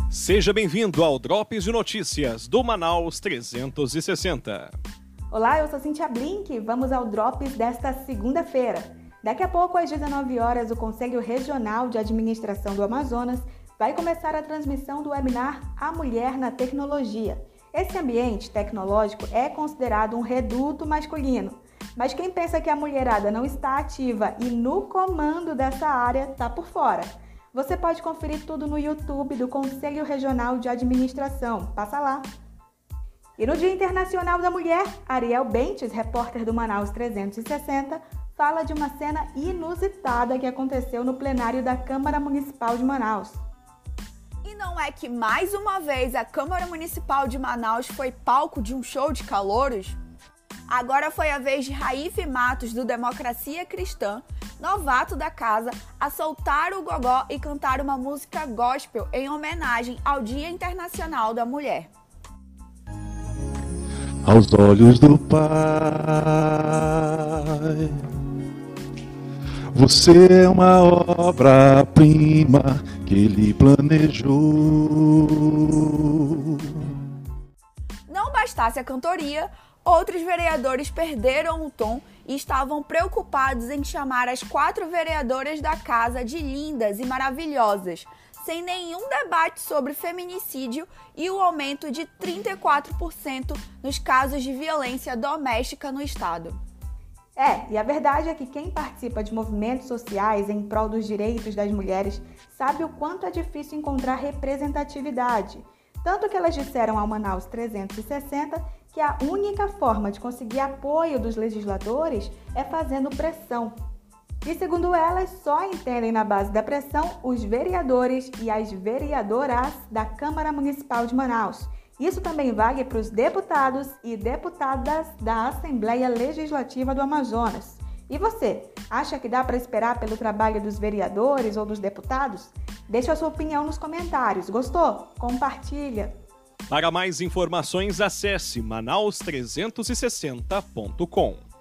Seja bem-vindo ao Drops de Notícias do Manaus 360. Olá, eu sou Cintia Blink. Vamos ao Drops desta segunda-feira. Daqui a pouco, às 19 horas, o Conselho Regional de Administração do Amazonas vai começar a transmissão do webinar A Mulher na Tecnologia. Esse ambiente tecnológico é considerado um reduto masculino, mas quem pensa que a mulherada não está ativa e no comando dessa área está por fora. Você pode conferir tudo no YouTube do Conselho Regional de Administração. Passa lá! E no Dia Internacional da Mulher, Ariel Bentes, repórter do Manaus 360, fala de uma cena inusitada que aconteceu no plenário da Câmara Municipal de Manaus. E não é que mais uma vez a Câmara Municipal de Manaus foi palco de um show de calouros? Agora foi a vez de Raífe Matos, do Democracia Cristã, novato da casa, a soltar o gogó e cantar uma música gospel em homenagem ao Dia Internacional da Mulher. Aos olhos do Pai, você é uma obra-prima que Ele planejou. Não bastasse a cantoria, outros vereadores perderam o tom e estavam preocupados em chamar as 4 vereadoras da casa de lindas e maravilhosas, sem nenhum debate sobre feminicídio e o aumento de 34% nos casos de violência doméstica no estado. E a verdade é que quem participa de movimentos sociais em prol dos direitos das mulheres sabe o quanto é difícil encontrar representatividade. Tanto que elas disseram ao Manaus 360 que a única forma de conseguir apoio dos legisladores é fazendo pressão. E segundo elas, só entendem na base da pressão os vereadores e as vereadoras da Câmara Municipal de Manaus. Isso também vale para os deputados e deputadas da Assembleia Legislativa do Amazonas. E você, acha que dá para esperar pelo trabalho dos vereadores ou dos deputados? Deixa a sua opinião nos comentários. Gostou? Compartilha! Para mais informações, acesse manaus360.com.